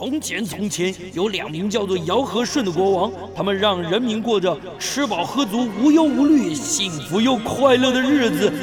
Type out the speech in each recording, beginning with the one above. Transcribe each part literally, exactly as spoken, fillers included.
从前，从前有两名叫做尧和舜的国王，他们让人民过着吃饱喝足、无忧无虑、幸福又快乐的日子。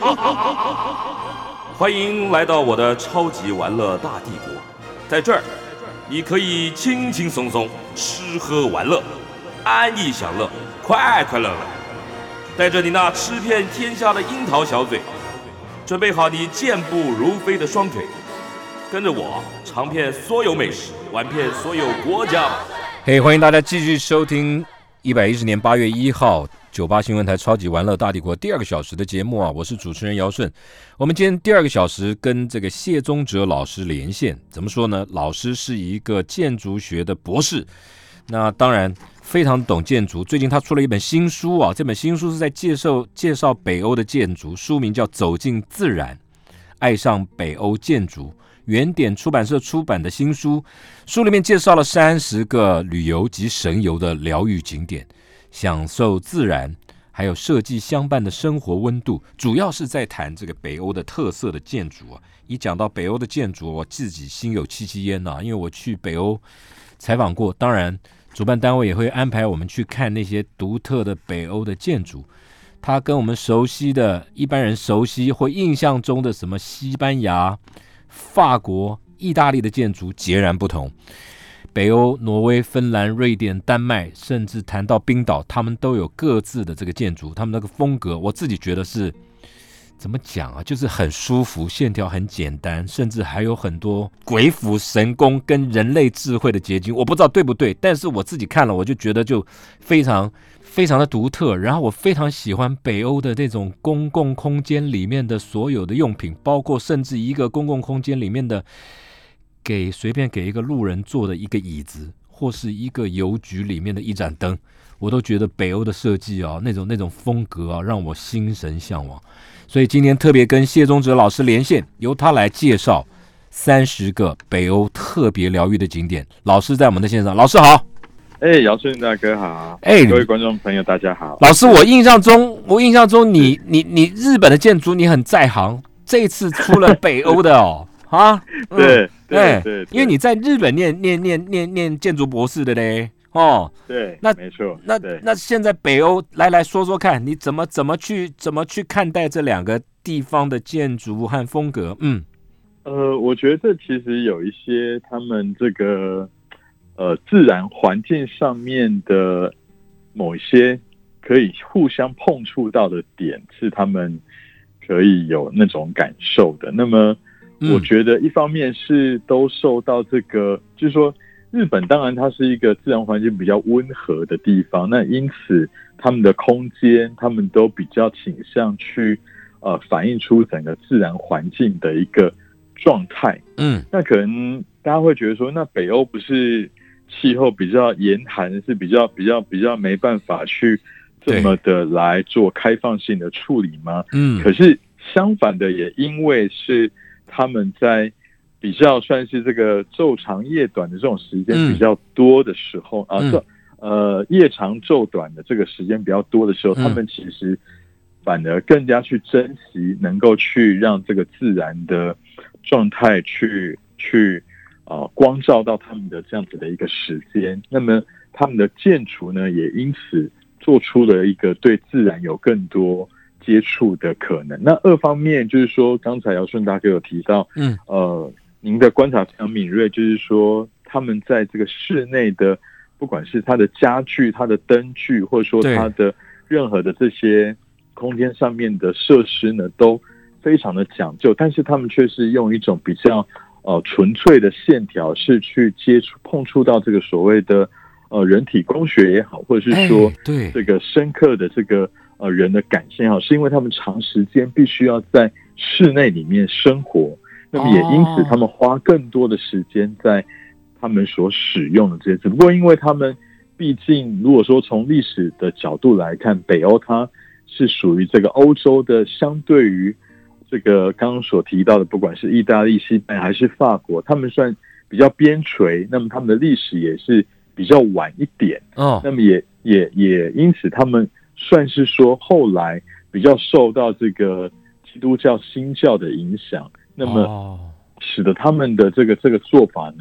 欢迎来到我的超级玩乐大帝国，在这儿，你可以轻轻松松吃喝玩乐，安逸享乐，快快乐乐。带着你那吃遍天下的樱桃小嘴，准备好你健步如飞的双腿，跟着我尝遍所有美食，玩遍所有国家吧。 嘿、hey, 欢迎大家继续收听一百一十年八月一号九八新闻台超级玩乐大帝国第二个小时的节目啊，我是主持人姚顺。我们今天第二个小时跟这个谢宗哲老师连线，怎么说呢？老师是一个建筑学的博士，那当然非常懂建筑。最近他出了一本新书啊，这本新书是在介绍介绍北欧的建筑，书名叫《走进自然，爱上北欧建筑》。原点出版社出版的新书，书里面介绍了三十个旅游及神游的疗愈景点，享受自然，还有设计相伴的生活温度，主要是在谈这个北欧的特色的建筑啊。一讲到北欧的建筑，我自己心有戚戚焉啊，因为我去北欧采访过，当然主办单位也会安排我们去看那些独特的北欧的建筑。它跟我们熟悉的一般人熟悉或印象中的什么西班牙、法国、意大利的建筑截然不同。北欧、挪威、芬兰、瑞典、丹麦，甚至谈到冰岛，他们都有各自的这个建筑，他们那个风格，我自己觉得是怎么讲啊？就是很舒服，线条很简单，甚至还有很多鬼斧神工跟人类智慧的结晶。我不知道对不对，但是我自己看了，我就觉得就非常非常的独特。然后我非常喜欢北欧的这种公共空间里面的所有的用品，包括甚至一个公共空间里面的给随便给一个路人坐的一个椅子，或是一个邮局里面的一盏灯，我都觉得北欧的设计啊，那种那种风格啊，让我心神向往。所以今天特别跟谢宗哲老师连线，由他来介绍三十个北欧特别疗愈的景点。老师在我们的线上，老师好。 哎，姚顺大哥好。 哎， 各位观众朋友大家好。 老师，我印象中，我印象中你你你日本的建筑你很在行，这次出了北欧的哦。啊， 嗯、对对 对, 对， 因为你在日本念念念念念建筑博士的嘞，哦， 对， 那没错， 那那现在北欧来来说说看，你怎么怎么去怎么去看待这两个地方的建筑和风格？嗯， 呃，我觉得其实有一些他们这个呃自然环境上面的某一些可以互相碰触到的点，是他们可以有那种感受的。那么我觉得一方面是都受到这个，就是说日本当然它是一个自然环境比较温和的地方，那因此他们的空间他们都比较倾向去呃反映出整个自然环境的一个状态。嗯，那可能大家会觉得说，那北欧不是气候比较严寒，是比较比较比较没办法去这么的来做开放性的处理吗？嗯，可是相反的，也因为是他们在比较算是这个昼长夜短的这种时间比较多的时候、嗯、啊，呃，夜长昼短的这个时间比较多的时候、嗯，他们其实反而更加去珍惜，能够去让这个自然的状态去去啊、呃、光照到他们的这样子的一个时间。那么他们的建筑呢，也因此做出了一个对自然有更多接触的可能。那二方面就是说，刚才姚顺大哥有提到，嗯，呃，您的观察非常敏锐，就是说他们在这个室内的，不管是它的家具、它的灯具，或者说它的任何的这些空间上面的设施呢，都非常的讲究，但是他们却是用一种比较呃纯粹的线条，是去接触碰触到这个所谓的呃人体工学也好，或者是说对这个深刻的这个。呃，人的感性好，是因为他们长时间必须要在室内里面生活，那么也因此他们花更多的时间在他们所使用的这些。只不过因为他们毕竟，如果说从历史的角度来看，北欧它是属于这个欧洲的，相对于这个刚刚所提到的，不管是意大利、西班牙还是法国，他们算比较边陲，那么他们的历史也是比较晚一点。哦，那么也也也因此他们。算是说后来比较受到这个基督教新教的影响，那么使得他们的这个这个做法呢，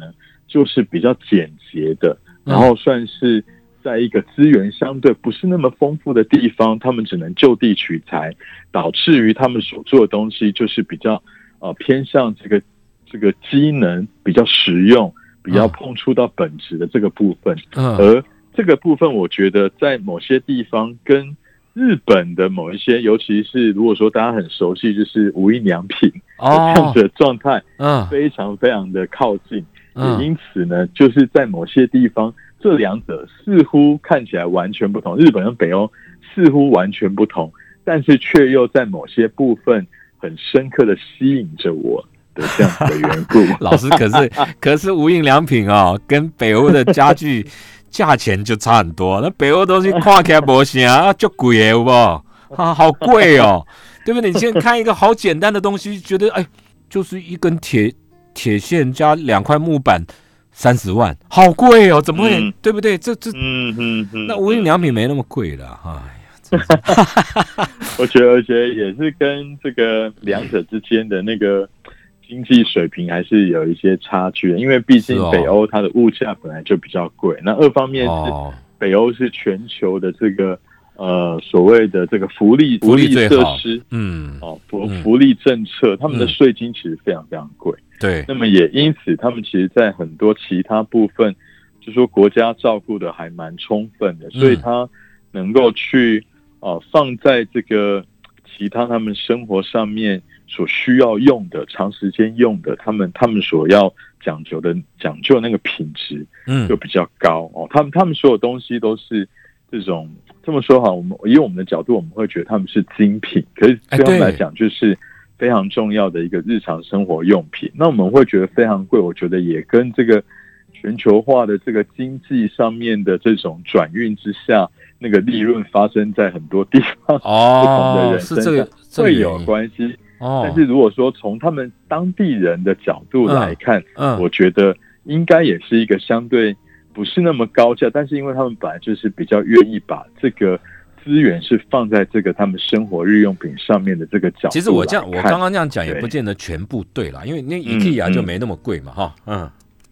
就是比较简洁的，然后算是在一个资源相对不是那么丰富的地方，他们只能就地取材，导致于他们所做的东西就是比较呃偏向这个这个机能比较实用，比较碰触到本质的这个部分。嗯，而这个部分我觉得在某些地方跟日本的某一些，尤其是如果说大家很熟悉，就是无印良品这样子的状态，嗯，非常非常的靠近。嗯，也因此呢，就是在某些地方，这两者似乎看起来完全不同，日本跟北欧似乎完全不同，但是却又在某些部分很深刻的吸引着我的这样子的缘故。 老师，可是可是无印良品哦，跟北欧的家具价钱就差很多。那北欧东西看起来不行啊，就贵耶，有不好？啊，好贵哦，对不对？你现在看一个好简单的东西，觉得哎，就是一根铁。铁线加两块木板，三十万，好贵哦！怎么会？嗯、对不对？这这，嗯嗯嗯，那无印良品没那么贵了，哎呀， 我觉得，而且也是跟这个两者之间的那个经济水平还是有一些差距的，因为毕竟北欧它的物价本来就比较贵，那二方面是北欧是全球的这个。呃，所谓的这个福利福利设施，嗯，哦，福福利政策，他们的税金其实非常非常贵， 对。 那么也因此，他们其实在很多其他部分，就说国家照顾的还蛮充分的，所以他能够去呃放在这个其他他们生活上面所需要用的、长时间用的，他们他们所要讲究的讲究的那个品质，嗯，就比较高哦。他们他们所有东西都是这种。这么说好，我们以我们的角度，我们会觉得他们是精品，可是对他们来讲，就是非常重要的一个日常生活用品。那我们会觉得非常贵，我觉得也跟这个全球化的这个经济上面的这种转运之下，那个利润发生在很多地方、哦、不同的人身上会有关系。哦、但是如果说从他们当地人的角度来看，嗯嗯、我觉得应该也是一个相对。不是那么高价，但是因为他们本来就是比较愿意把这个资源是放在这个他们生活日用品上面的这个角度。 其实我这样，我刚刚这样讲也不见得全部对啦，因为那 IKEA 就没那么贵嘛，哈，嗯，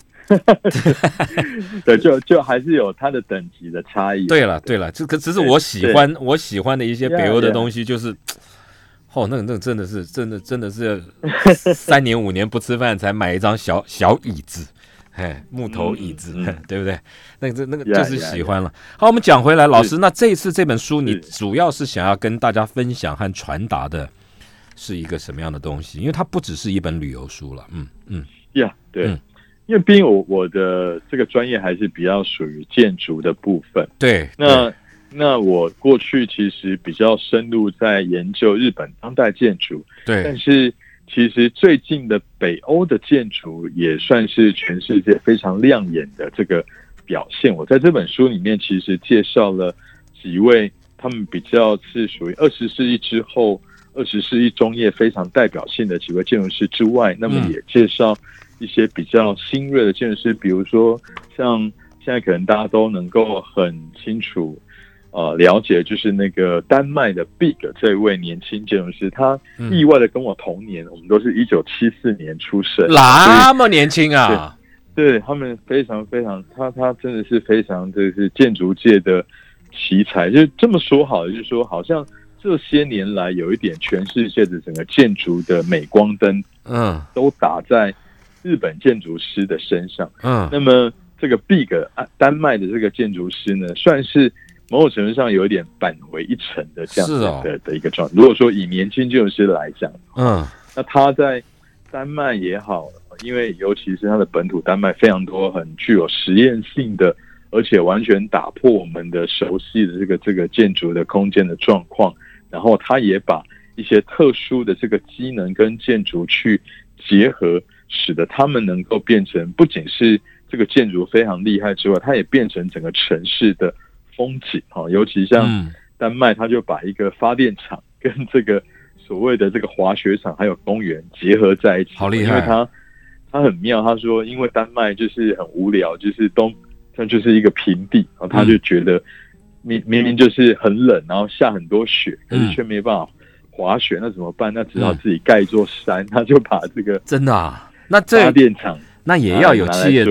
对，就就还是有它的等级的差异。 对了，对了，这可只是我喜欢我喜欢的一些北欧的东西，就是。哦，那个那个真的是真的真的是三年五年不吃饭才买一张小小椅子。哎，木头椅子，嗯嗯、对不对？那个那个就是喜欢了。Yeah, yeah, yeah. 好，我们讲回来，老师，那这一次这本书，你主要是想要跟大家分享和传达的是一个什么样的东西？因为它不只是一本旅游书了，嗯嗯， 呀、yeah, ，对，嗯、因为毕竟我我的这个专业还是比较属于建筑的部分， 对， 那那我过去其实比较深入在研究日本当代建筑， 对， 但是。其实最近的北欧的建筑也算是全世界非常亮眼的这个表现。我在这本书里面其实介绍了几位他们比较是属于二十世纪之后、二十世纪中叶非常代表性的几位建筑师之外，那么也介绍一些比较新锐的建筑师，比如说像现在可能大家都能够很清楚。呃，了解就是那个丹麦的 Big 这一位年轻建筑师，他意外的跟我同年，嗯、我们都是一九七四年出生， 那么年轻啊！ 对，对他们非常非常，他他真的是非常就是建筑界的奇才。就这么说好了，就是说好像这些年来有一点全世界的整个建筑的镁光灯，嗯，都打在日本建筑师的身上，嗯，那么这个 Big 丹麦的这个建筑师呢，算是。某种程度上有一点扳回一城的这样子的、哦、的一个状态。如果说以年轻建筑师来讲，嗯，那他在丹麦也好，因为尤其是他的本土丹麦非常多很具有实验性的，而且完全打破我们的熟悉的这个这个建筑的空间的状况，然后他也把一些特殊的这个机能跟建筑去结合，使得他们能够变成不仅是这个建筑非常厉害之外，它也变成整个城市的。风景尤其像丹麦，他就把一个发电厂跟这个所谓的这个滑雪场还有公园结合在一起， 好厉害！ 因为他他很妙，他说因为丹麦就是很无聊，就是东它就是一个平地，然后他就觉得明明明就是很冷，然后下很多雪，可是却没办法滑雪，那怎么办？那只好自己盖一座山，他就把这个真的啊，那这发电厂那也要有企业。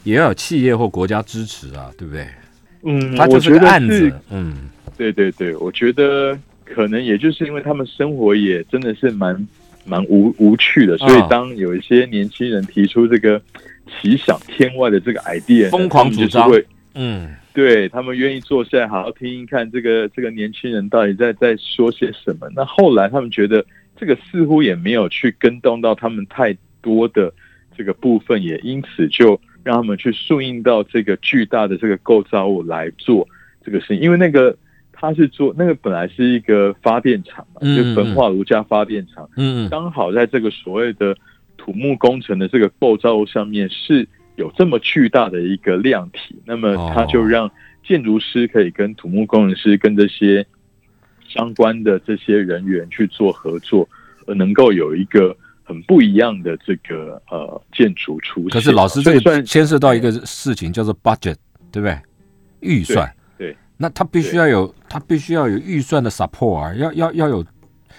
也要有企业或国家支持啊，对不对？ 嗯， 它就是个案子， 我觉得是嗯， 对对对，我觉得可能也就是因为他们生活也真的是蛮蛮无无趣的，所以当有一些年轻人提出这个奇想天外的这个 idea， 疯狂主张， 会嗯， 对他们愿意坐下来好好听听看这个这个年轻人到底在在说些什么。那后来他们觉得这个似乎也没有去跟动到他们太多的这个部分，也因此就让他们去顺应到这个巨大的这个构造物来做这个事情。因为那个他是做那个本来是一个发电厂嘛，嗯嗯就焚化炉加发电厂，嗯嗯，刚好在这个所谓的土木工程的这个构造物上面是有这么巨大的一个量体，那么他就让建筑师可以跟土木工程师跟这些相关的这些人员去做合作，而能够有一个很不一样的这个呃建筑出现。 可是老师，这个牵涉到一个事情叫做 budget， 对不对？预算。 对。对那他必须要有，他必须要有预算的 support 啊，要要要有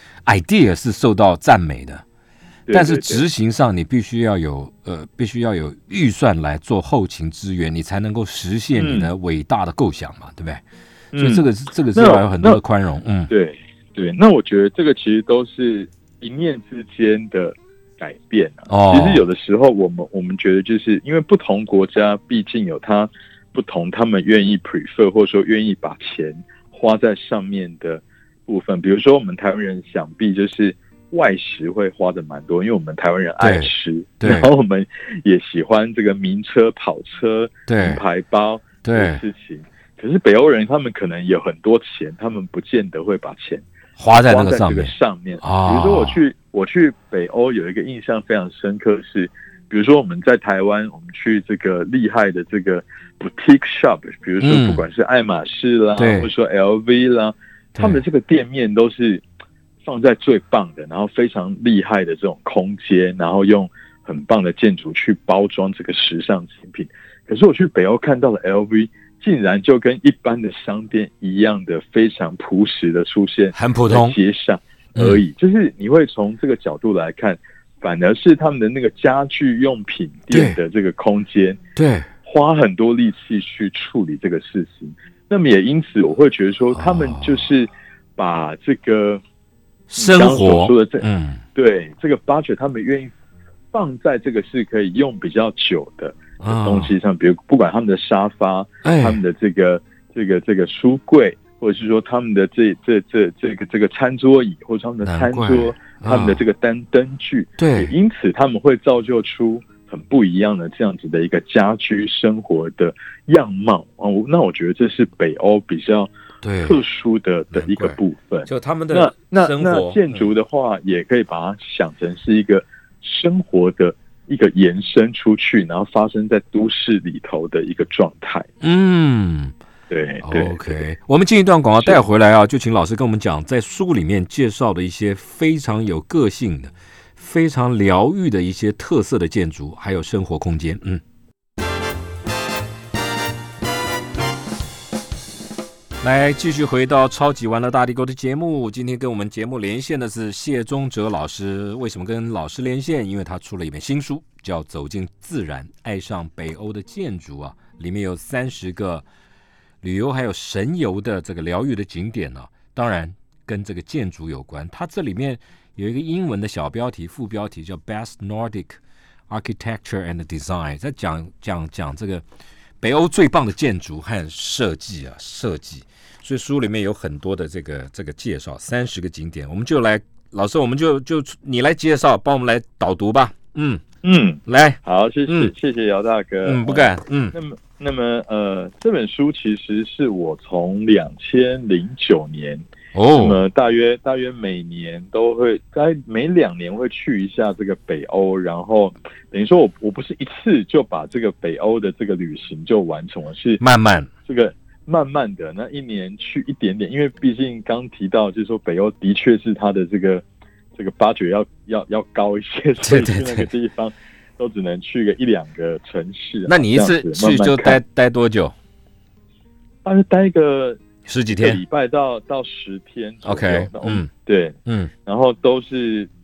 idea 是受到赞美的，对对对，但是执行上你必须要有呃，必须要有预算来做后勤支援，你才能够实现你的伟大的构想嘛，嗯、对不对？所以这个是、嗯、这个是要有很多的宽容，嗯， 对对。那我觉得这个其实都是一念之间的改变啊。哦、其实有的时候我们我们觉得就是因为不同国家毕竟有它不同，他们愿意 prefer 或者说愿意把钱花在上面的部分。比如说我们台湾人想必就是外食会花的蛮多，因为我们台湾人爱吃，然后我们也喜欢这个名车、跑车、名牌包的事情。可是北欧人他们可能有很多钱，他们不见得会把钱花在那个上面。 上面，比如说我去我去北欧有一个印象非常深刻是，比如说我们在台湾，我们去这个厉害的这个 boutique shop， 比如说不管是爱马仕啦，嗯、或者说 L V 啦，他们的这个店面都是放在最棒的，然后非常厉害的这种空间，然后用很棒的建筑去包装这个时尚精品。可是我去北欧看到的 L V， 竟然就跟一般的商店一样的非常朴实的出现， 很普通街上而已。嗯、就是你会从这个角度来看，反而是他们的那个家具用品店的这个空间， 对， 花很多力气去处理这个事情。那么也因此，我会觉得说，他们就是把这个生活说的这，嗯，对这个 budget， 他们愿意放在这个是可以用比较久的东西上，比如不管他们的沙发，哎、他们的这个这个这个书柜，或者是说他们的这这这这个这个餐桌椅，或者他们的餐桌，他们的这个灯灯具， 对， 因此他们会造就出很不一样的这样子的一个家居生活的样貌。哦，那我觉得这是北欧比较特殊的的一个部分。 就他们的那那那建筑的话，也可以把它想成是一个生活的一个延伸出去，然后发生在都市里头的一个状态。 嗯， 对对 ，OK。我们进一段广告带回来啊，就请老师跟我们讲，在书里面介绍的一些非常有个性的、非常疗愈的一些特色的建筑，还有生活空间。嗯，来继续回到超级玩乐大帝国的节目。今天跟我们节目连线的是谢宗哲老师。为什么跟老师连线？因为他出了一本新书，叫《走进自然，爱上北欧的建筑》啊，里面有三十个旅游还有神游的这个疗愈的景点呢、啊，当然跟这个建筑有关。它这里面有一个英文的小标题、副标题叫 Best Nordic Architecture and Design， 在讲讲讲这个北欧最棒的建筑和设计啊，设计。所以书里面有很多的这个这个介绍，三十个景点，我们就来，老师，我们就就你来介绍，帮我们来导读吧。嗯嗯， 来， 好，谢谢、嗯、谢谢姚大哥。 嗯，不敢。嗯， 那么那么呃，这本书其实是我从两千零九年。哦，那么大约大约每年都会，在每两年会去一下这个北欧，然后等于说我我不是一次就把这个北欧的这个旅行就完成了，是慢慢这个慢慢的，那一年去一点点，因为毕竟刚提到就是说北欧的确是它的这个这个 budget 要要要高一些，所以去那个地方都只能去个一两个城市。 那你一次去就待待多久？ 大概待一个。 十几天， 礼拜到到十天 ，OK， 嗯， 对，嗯，然后都是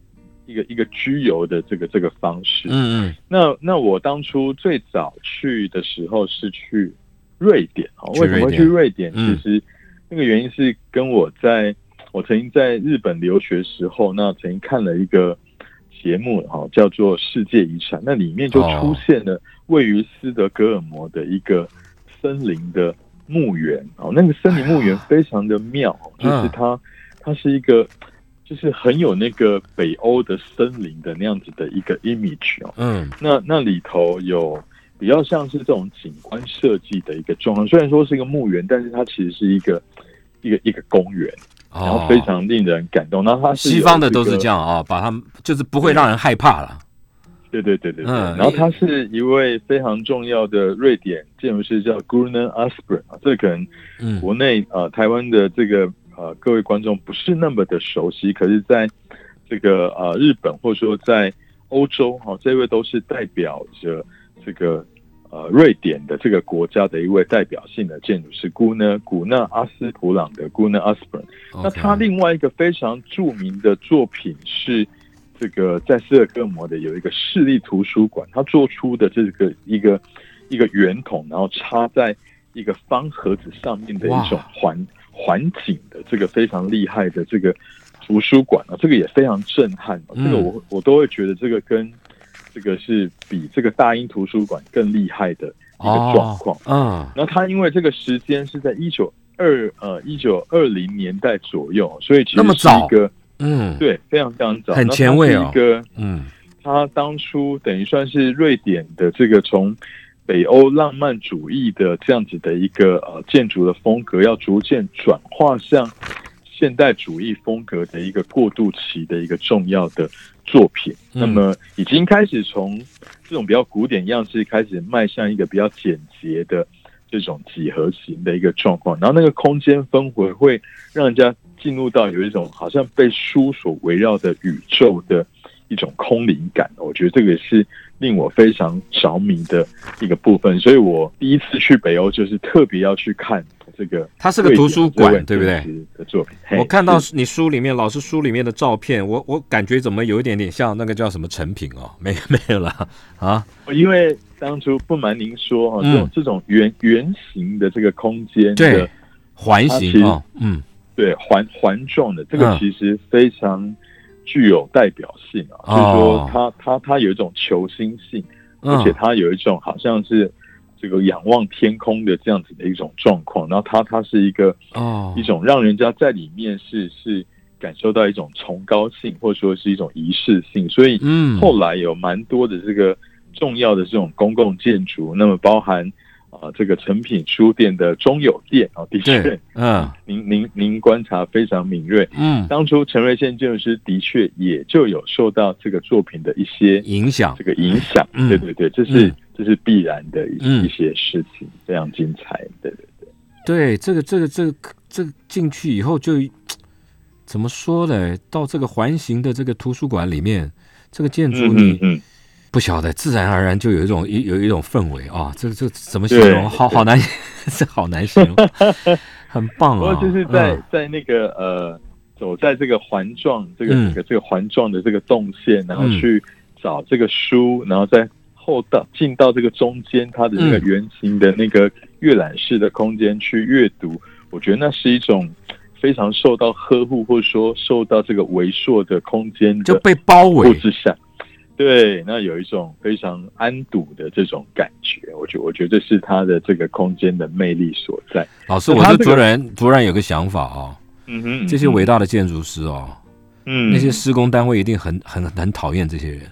一个一个居游的这个这个方式。 嗯嗯。 那那我当初最早去的时候是去瑞典哦，为什么会去瑞典？ 嗯、 其实那个原因是跟我在我曾经在日本留学时候，那曾经看了一个节目哈，叫做《世界遗产》，那里面就出现了位于斯德哥尔摩的一个森林的墓园哦，那个森林墓园非常的妙，就是它它是一个就是很有那个北欧的森林的那样子的一个 image 哦，嗯，那那里头有比较像是这种景观设计的一个状况，虽然说是一个墓园，但是它其实是一个一个一个公园。然后非常令人感动。那、哦、它是、这个、 西方的都是这样啊、哦，把它就是不会让人害怕了。 对对对对对。嗯、然后他是一位非常重要的瑞典建筑师，叫 Gunnar Asplund 啊，这可能国内呃台湾的这个呃各位观众不是那么的熟悉，可是在这个呃日本或者说在欧洲哈、哦，这位都是代表着这个。呃，瑞典的这个国家的一位代表性的建筑师古纳古纳阿斯普朗的 Gunnar Asplund。那他另外一个非常著名的作品是这个在斯德哥尔摩的有一个市立图书馆，他做出的这个一个一个圆筒，然后插在一个方盒子上面的一种环环景的这个非常厉害的这个图书馆啊，这个也非常震撼、啊。这个我我都会觉得这个跟这个是比这个大英图书馆更厉害的一个状况。嗯，然后他因为这个时间是在一九二呃一九二零年代左右，所以其实是一个嗯，对，非常非常早， 很前卫哦。 一个嗯，他当初等于算是瑞典的这个从北欧浪漫主义的这样子的一个呃建筑的风格，要逐渐转化向现代主义风格的一个过渡期的一个重要的作品，嗯、那么已经开始从这种比较古典样式开始迈向一个比较简洁的这种几何形的一个状况，然后那个空间氛围会让人家进入到有一种好像被书所围绕的宇宙的一种空灵感，我觉得这个是令我非常着迷的一个部分，所以我第一次去北欧就是特别要去看这个， 它是个图书馆，对不对？ 的作品， 我看到你书里面老师书里面的照片，我我感觉怎么有一点点像那个叫什么成品哦？没没有了啊？ 因为当初不瞒您说哈、哦，这种、嗯、这种圆圆形的这个空间， 对，环形哦，嗯， 对，环环状的这个其实非常具有代表性啊，嗯、就是说它它它有一种球星性，而且它有一种好像是。这个仰望天空的这样子的一种状况，然后它它是一个哦，一种让人家在里面是是感受到一种崇高性，或者说是一种仪式性，所以嗯，后来有蛮多的这个重要的这种公共建筑，那么包含啊、呃、这个诚品书店的中友店啊、哦，的确，嗯，您您您观察非常敏锐，嗯，当初陈瑞宪建筑师的确也就有受到这个作品的一些影响， 这个影响，嗯、对对对，这是。嗯这是必然的一些事情，嗯、非常精彩。对对对， 对，这个这个这个这个进去以后就怎么说呢？到这个环形的这个图书馆里面，这个建筑你、嗯嗯、不晓得，自然而然就有一种有一种氛围啊。这个这个怎么形容？好好难，这好难形容，很棒啊！ 不过就是在、嗯、在那个呃，走在这个环状这个、嗯、这个这个环状的这个动线，然后去找这个书，然后再。后到进到这个中间，它的这个圆形的那个阅览室的空间去阅读，嗯、我觉得那是一种非常受到呵护，或者说受到这个围硕的空间的就被包围之下，对，那有一种非常安堵的这种感觉。我觉得，我觉得是它的这个空间的魅力所在。 老师，我是突然突然有个想法哦，嗯哼，嗯哼这些伟大的建筑师哦，嗯，那些施工单位一定很很很讨厌这些人。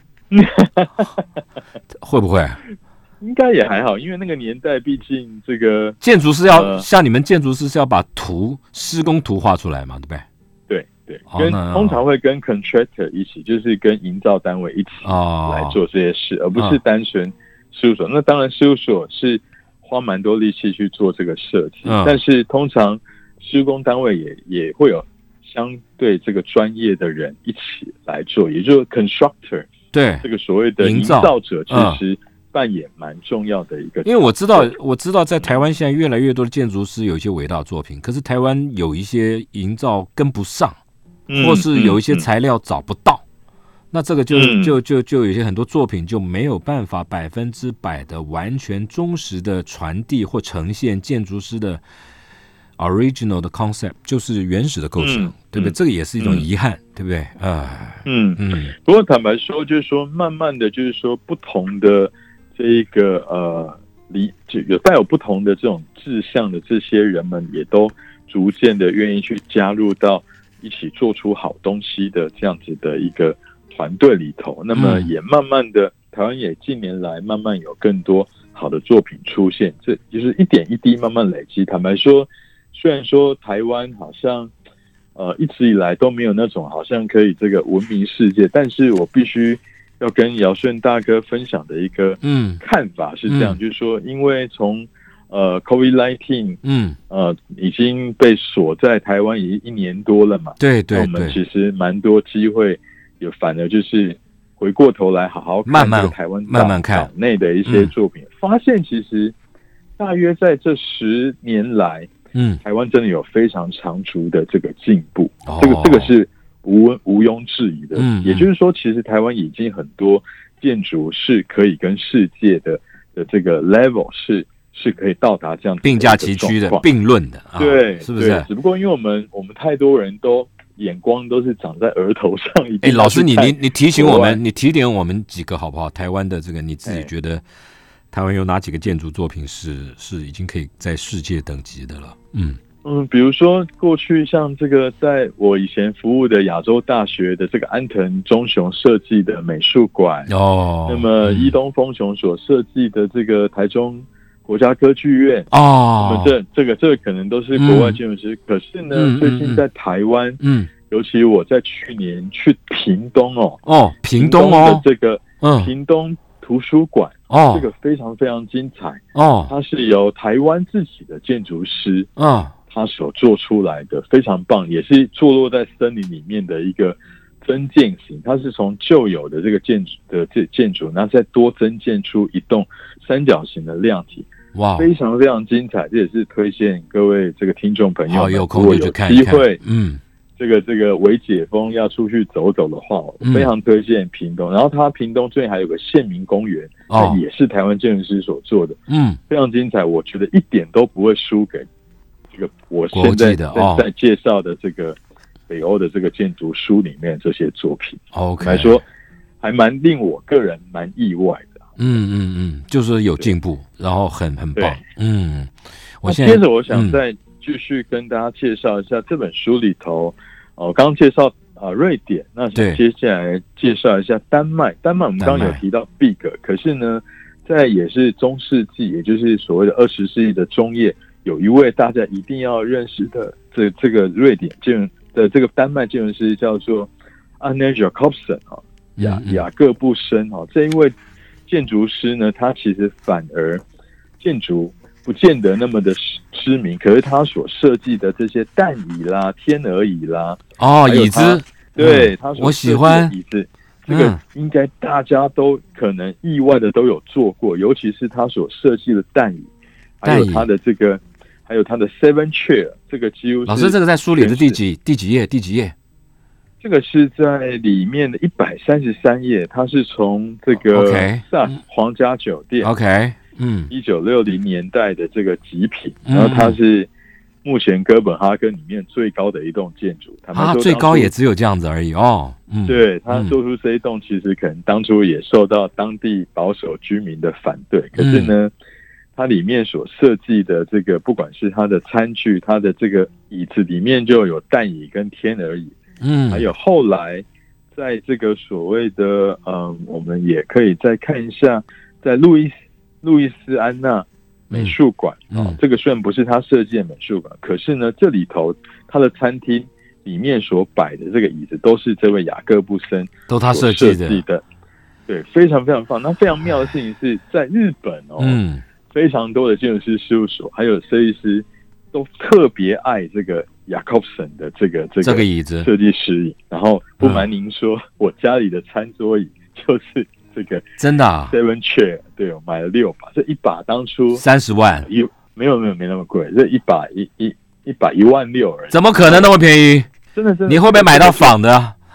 会不会？ 应该也还好，因为那个年代，毕竟这个建筑师要、呃、像你们建筑师是要把图施工图画出来嘛，对不对？ 对对，跟、哦、通常会跟 contractor 一起，就是跟营造单位一起来做这些事，哦、而不是单纯事务所。哦、那当然，事务所是花蛮多力气去做这个设计，嗯、但是通常施工单位也也会有相对这个专业的人一起来做，也就是 constructor。 对， 这个所谓的营造者其实扮演蛮重要的一个、嗯， 因为我知道，我知道在台湾现在越来越多的建筑师有一些伟大作品，可是台湾有一些营造跟不上，嗯、或是有一些材料找不到， 那这个就、 嗯、 就就就有些很多作品就没有办法百分之百的完全忠实的传递或呈现建筑师的 original 的 concept， 就是原始的构成，嗯、对不对？嗯、这个也是一种遗憾，嗯、对不对？啊， 嗯嗯。不过坦白说，就是说，慢慢的就是说，不同的这一个呃，理就有带有不同的这种志向的这些人们，也都逐渐的愿意去加入到一起做出好东西的这样子的一个团队里头。那么也慢慢的，台湾也近年来慢慢有更多好的作品出现，这就是一点一滴慢慢累积。坦白说，虽然说台湾好像呃一直以来都没有那种好像可以这个闻名世界，但是我必须要跟尧舜大哥分享的一个看法是这样，嗯、就是说，因为从呃 COVID 十九 嗯呃已经被锁在台湾已经一年多了嘛， 对对对， 我们其实蛮多机会，有反而就是回过头来好好看这个台湾慢慢看岛内的一些作品，嗯、发现其实大约在这十年来。嗯，台湾真的有非常长足的这个进步，哦、这个这个是无毋庸置疑的。嗯，也就是说，其实台湾已经很多建筑是可以跟世界的的这个 level 是是可以到达这样并驾齐驱的、并论的，啊、 对， 是不是？ 只不过因为我们我们太多人都眼光都是长在额头上。 哎，老师，你你你提醒我们，你提点我们几个好不好？台湾的这个你自己觉得？台湾有哪几个建筑作品是是已经可以在世界等级的了？嗯嗯，比如说过去像这个，在我以前服务的亚洲大学的这个安藤忠雄设计的美术馆哦，那么伊东丰雄所设计的这个台中国家歌剧院哦，那么这这个这个可能都是国外建筑师，嗯、可是呢，嗯、最近在台湾，嗯，尤其我在去年去屏东哦， 哦，屏东哦的这个嗯屏东。图书馆哦，这个非常非常精彩哦，它是由台湾自己的建筑师啊，他所做出来的非常棒，也是坐落在森林里面的一个增建型，它是从旧有的这个建筑的这建筑，然后再多增建出一栋三角形的量体，哇，非常非常精彩，这也是推荐各位这个听众朋友， 有空就去看一看， 机会嗯。这个这个微解封要出去走走的话，我非常推荐屏东。嗯、然后它屏东最近还有个县民公园，哦，也是台湾建筑师所做的，嗯，非常精彩。我觉得一点都不会输给这个我现在在、哦、在介绍的这个北欧的这个建筑书里面这些作品。 OK， 来说还蛮令我个人蛮意外的。 嗯嗯嗯，就是有进步，然后很很棒。嗯， 我现在接着我想再。嗯继续跟大家介绍一下这本书里头，哦，刚刚介绍啊、呃、瑞典，那接下来介绍一下丹麦。丹麦我们刚刚有提到 Big， 可是呢，在也是中世纪，也就是所谓的二十世纪的中叶，有一位大家一定要认识的这这个瑞典建的这个丹麦建筑师叫做 Arne Jacobsen 啊，雅雅各布森啊，这一位建筑师呢，他其实反而建筑。不见得那么的知名，可是他所设计的这些蛋椅啦、天鹅椅啦， 哦，椅子， 对，他我喜欢椅子，这个应该大家都可能意外的都有做过，尤其是他所设计的蛋椅，还有他的这个，还有他的 Seven Chair， 这个几乎是老师这个在书里的第几第几页？第几页？ 这个是在里面的一百三十三页，它是从这个萨皇家酒店 ，OK。嗯， 一九六零年代的这个极品，然后它是目前哥本哈根里面最高的一栋建筑。 它最高也只有这样子而已哦。 嗯，对，它做出这一栋，其实可能当初也受到当地保守居民的反对。可是呢，它里面所设计的这个，不管是它的餐具、它的这个椅子，里面就有蛋椅跟天鹅椅。嗯，还有后来在这个所谓的嗯，我们也可以再看一下，在路易斯。路易斯安那美术馆、嗯哦、这个虽然不是他设计的美术馆，可是呢，这里头他的餐厅里面所摆的这个椅子都是这位雅各布森都他设计的, 的，对，非常非常棒。那非常妙的事情是在日本哦，嗯、非常多的建筑师事务所还有设计师都特别爱这个雅各布森的这个这个这个椅子设计师椅。然后不瞒您说，嗯、我家里的餐桌椅就是。这个真的啊 ，Seven Chair， 对，我买了六把，这一把当初三十万， 一没有没有没那么贵，这一把一一一把一万六而已， 怎么可能那么便宜？ 真的真的， 你会不会买到仿的？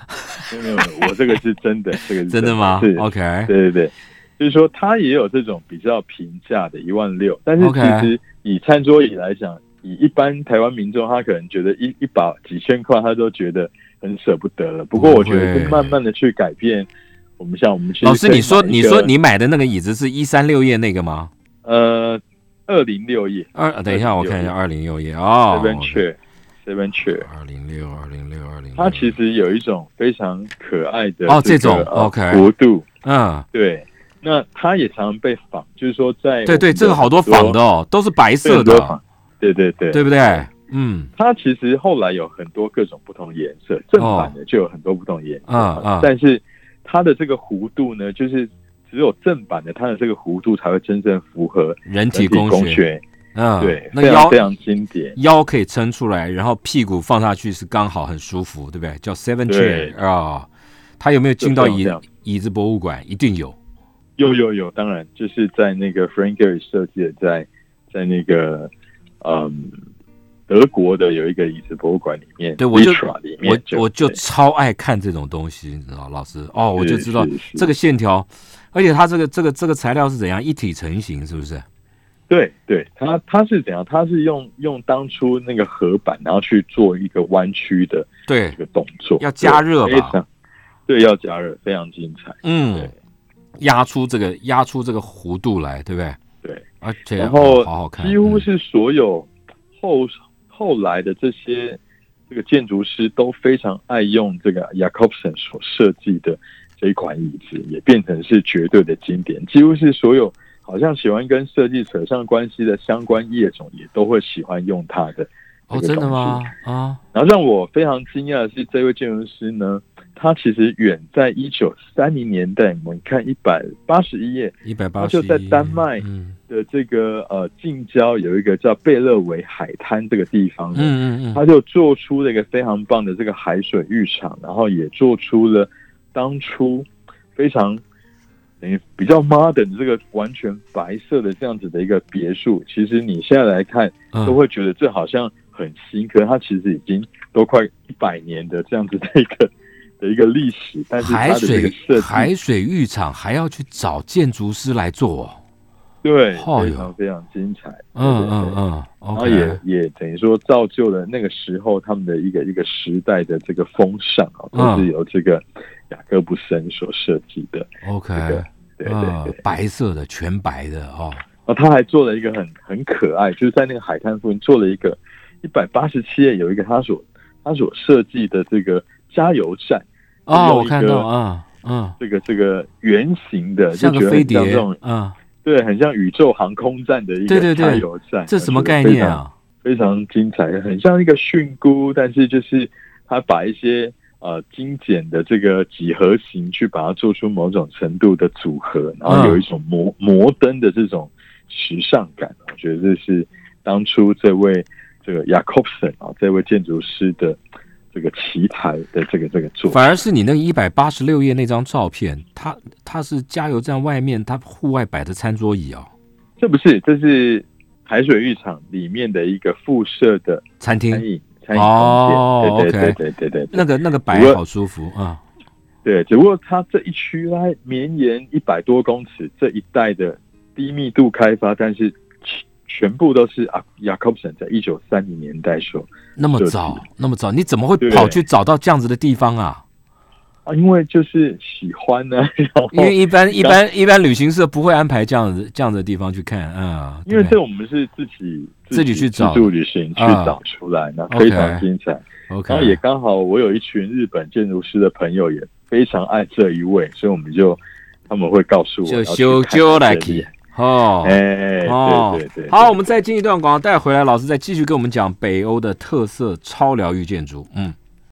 没有没有，我这个是真的，这个是真的吗？ 是 OK， 对对对，就是说它也有这种比较平价的一万六，但是其实以餐桌椅来讲，以一般台湾民众，他可能觉得一一把几千块，他都觉得很舍不得了。不过我觉得是慢慢的去改变。我们像我们其实老师，你说你说你买的那个椅子是一三六页那个吗？ 呃，二零六页。 二，等一下我看一下二零六页哦。 Seven Chair。Seven Chair 二零六二零六二零， 它其实有一种非常可爱的哦，这种 OK 弧度， 嗯， 对，那它也常常被仿，就是说在对对，这个好多仿的哦，都是白色的， 对对对， 对不对？嗯， 它其实后来有很多各种不同颜色，正版的就有很多不同颜色， 嗯嗯， 但是它的这个弧度呢，就是只有正版的它的这个弧度才会真正符合人体工学。嗯， 对， 那腰非常经典， 腰可以撑出来，然后屁股放下去是刚好很舒服，对不对？叫 Seven Chair 啊、哦，它有没有进到椅椅子博物馆？一定有， 有有有，当然就是在那个 Frank Gehry 设计的，在在那个嗯德国的有一个椅子博物馆里面， 对，我就里面我我就超爱看这种东西，你知道，老师哦，我就知道这个线条，而且它这个这个这个材料是怎样一体成型，是不是？ 对对，它它是怎样？它是用用当初那个合板，然后去做一个弯曲的对这个动作， 要加热吧？ 对，要加热，非常精彩。 嗯，压出这个压出这个弧度来，对不对？ 对， 而且然后好好看， 几乎是所有后后来的这些这个建筑师都非常爱用这个 Jacobsen 所设计的这一款椅子，也变成是绝对的经典，几乎是所有。好像喜欢跟设计扯上关系的相关业种，也都会喜欢用它的。 哦，真的吗？啊！ 然后让我非常惊讶的是，这位建筑师呢，他其实远在一九三零年代，我们看一百八十一页， 一百八十一， 就在丹麦的这个呃近郊有一个叫贝勒维海滩这个地方，嗯嗯嗯，他就做出了一个非常棒的这个海水浴场，然后也做出了当初非常。等于比较 modern 这个完全白色的这样子的一个别墅，其实你现在来看都会觉得这好像很新，可是它其实已经都快一百年的这样子的一个的一个历史，但是它的这个设计， 海水浴场还要去找建筑师来做哦， 对，非常非常精彩， 嗯嗯嗯， 然后也也等于说造就了那个时候他们的一个一个时代的这个风尚啊，都是由这个。雅各布森所设计的 ，OK， 这个、对对对、 呃，白色的，全白的哦。 哦，他还做了一个很很可爱，就是在那个海滩附近做了一个一百八十七页有一个他所他所设计的这个加油站。 哦，我看到啊，嗯， 这个这个圆形的， 像个飞碟， 这种嗯， 对，很像宇宙航空站的一个加油站。对对对， 这什么概念啊？ 非常精彩，很像一个蕈菇，但是就是他把一些。呃，精简的这个几何形去把它做出某种程度的组合，然后有一种摩摩登的这种时尚感，我觉得这是当初这位这个 Jacobsen 啊，这位建筑师的这个奇才的这个这个作品。 反而是你那个一百八十六页那张照片，它它是加油站外面，它户外摆的餐桌椅哦。 这不是，这是海水浴场里面的一个附设的餐厅。 餐饮哦， 对对对对对， 那个那个白好舒服啊。 对，只不过它这一区它绵延一百多公尺，这一带的低密度开发，但是全部都是啊 Jacobsen 在一九三零年代所那么早那么早，你怎么会跑去找到这样子的地方啊？ 啊，因为就是喜欢呢、啊， 因为一般一般一般旅行社不会安排这样子这样的地方去看啊、嗯， 因为这我们是自己自己去找自助旅行去找出来，那、啊、非常精彩。 OK， 然后也刚好我有一群日本建筑师的朋友也非常爱这一位，所以我们就他们会告诉我就修修来去哦， 哎，哦，对对对。 好，我们再进一段广告，带回来，老师再继续跟我们讲北欧的特色超疗愈建筑，嗯。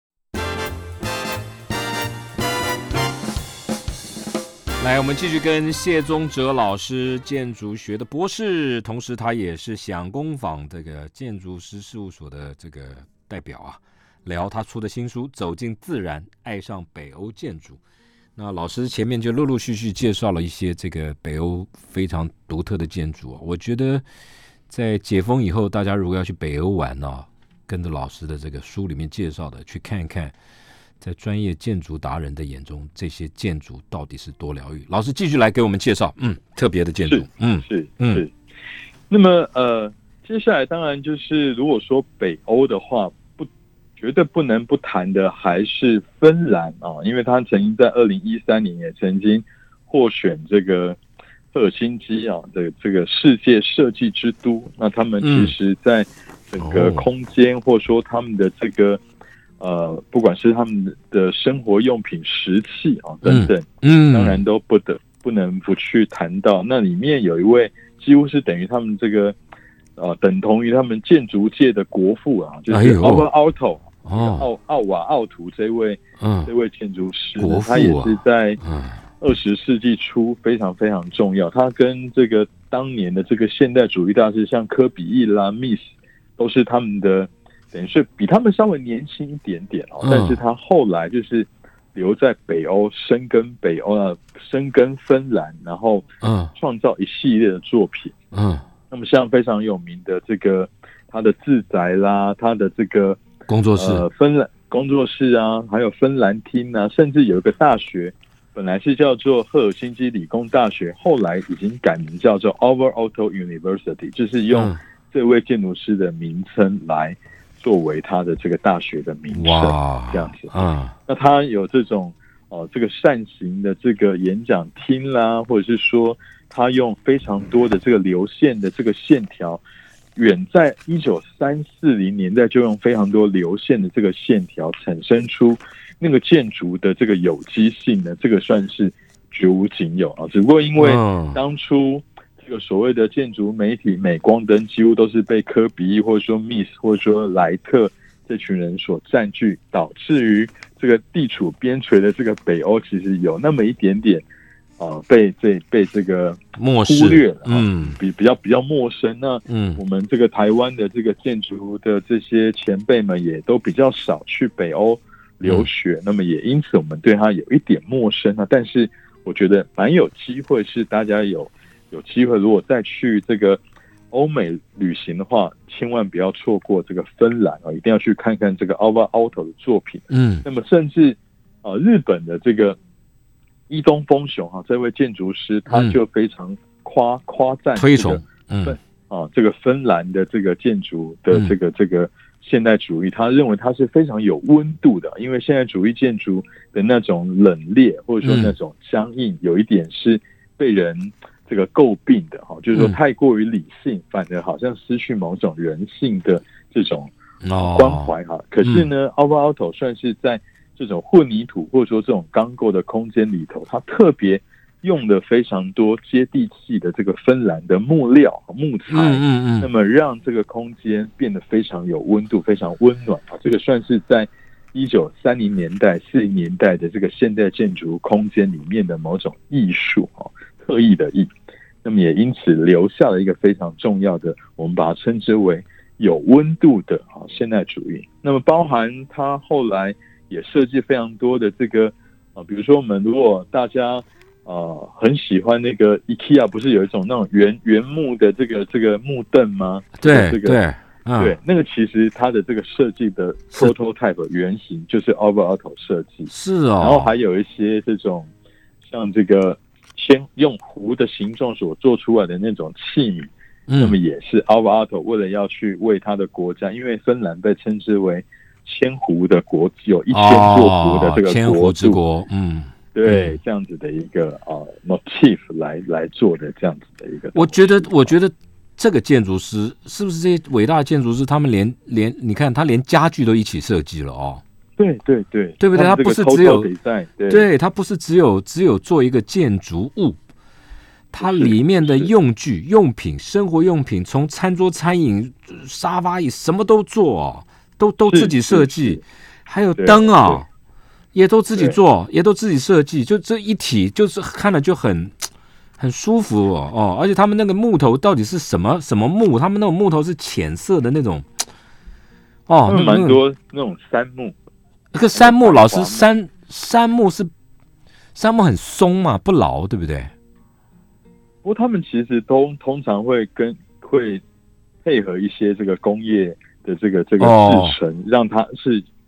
来，我们继续跟谢宗哲老师，建筑学的博士，同时他也是想工坊这个建筑师事务所的这个代表啊，聊他出的新书《走进自然，爱上北欧建筑》。那老师前面就陆陆续续介绍了一些这个北欧非常独特的建筑、啊、我觉得在解封以后，大家如果要去北欧玩呢、啊，跟着老师的这个书里面介绍的去看看。 在专业建筑达人的眼中，这些建筑到底是多疗愈？老师继续来给我们介绍，嗯，特别的建筑，嗯， 是嗯是。那么呃，接下来当然就是如果说北欧的话，不绝对不能不谈的还是芬兰啊，因为他曾经在二零一三年也曾经获选这个赫尔辛基啊的这个世界设计之都。那他们其实在整个空间，或者说他们的这个呃，不管是他们的生活用品、食器啊等等，嗯，当然都不得不能不去谈到。那里面有一位几乎是等于他们这个呃，等同于他们建筑界的国父啊，就是奥瓦奥图，奥奥瓦奥图这位，嗯，这位建筑师，国父啊，他也是在二十世纪初非常非常重要。他跟这个当年的这个现代主义大师，像科比意啦、密斯，都是他们的，等于是比他们稍微年轻一点点哦。嗯、但是他后来就是留在北欧，深耕北欧啊，深耕芬兰，然后嗯，创造一系列的作品。嗯，那么像非常有名的这个他的自宅啦，他的这个工作室， 呃，芬兰工作室啊，还有芬兰厅啊，甚至有一个大学。本来是叫做赫尔辛基理工大学，后来已经改名叫做 Aalto University， 就是用这位建筑师的名称来作为他的这个大学的名称，这样子。嗯，那他有这种呃这个扇形的这个演讲厅啦，或者是说他用非常多的这个流线的这个线条，远在一九三四零年代就用非常多流线的这个线条产生出那个建筑的这个有机性呢，这个算是绝无仅有啊。只不过因为当初这个所谓的建筑媒体镁光灯几乎都是被科比或者说密斯或者说莱特这群人所占据，导致于这个地处边陲的这个北欧其实有那么一点点啊、呃、被这被这个忽略了，嗯，比比较比较陌生。那嗯，我们这个台湾的这个建筑的这些前辈们也都比较少去北欧留学，那么也因此我们对它有一点陌生啊。但是我觉得蛮有机会，是大家有有机会，如果再去这个欧美旅行的话，千万不要错过这个芬兰啊，一定要去看看这个 Aalto Aalto 的作品。嗯，那么甚至啊、呃，日本的这个伊东丰雄啊，这位建筑师他就非常夸夸赞推崇， 嗯啊，这个芬兰的这个建筑的这个、嗯、这个。现代主义，他认为它是非常有温度的，因为现代主义建筑的那种冷冽或者说那种僵硬，嗯、有一点是被人这个诟病的哈，就是说太过于理性，反而好像失去某种人性的这种关怀哈。哦、可是呢 ，Aalto Aalto 算是在这种混凝土或者说这种钢构的空间里头，它特别用了非常多接地气的这个芬兰的木料木材，嗯嗯嗯，那么让这个空间变得非常有温度，非常温暖啊。这个算是在一九三零年代、四零年代的这个现代建筑空间里面的某种艺术啊，特意的艺。那么也因此留下了一个非常重要的，我们把它称之为有温度的啊现代主义。那么包含它后来也设计非常多的这个啊，比如说我们如果大家。呃，很喜欢那个 IKEA 不是有一种那种原原木的这个这个木凳吗？ 对， 这个对， 嗯、对，那个其实它的这个设计的 prototype 原型就是 Aalto Aalto 设计， 是哦。 然后还有一些这种像这个铅用壶的形状所做出来的那种器皿，嗯、那么也是 Aalto Aalto 为了要去为他的国家，因为芬兰被称之为千壶的国，有一千座壶的这个国度， 哦、千壶之国，嗯。 对、嗯，这样子的一个呃 motif 来来做的这样子的一个， 我觉得，我觉得这个建筑师是不是这些伟大的建筑师，他们连连你看，他连家具都一起设计了哦。 对对对， 对不对？他不是只有对， 对，他不是只有只有做一个建筑物，它里面的用具、用品、生活用品，从餐桌、餐饮、沙发椅，什么都做哦，都都自己设计，还有灯啊。也都自己做，也都自己设计，就这一体，就是看了就很很舒服哦哦，而且他们那个木头到底是什么什么木？他们那种木头是浅色的那种，哦， 那蛮多那种杉木。 那个杉木，老师杉杉木是杉木很松嘛，不牢，对不对？ 不过他们其实都通常会跟会配合一些这个工业的这个这个制成，哦、让它是。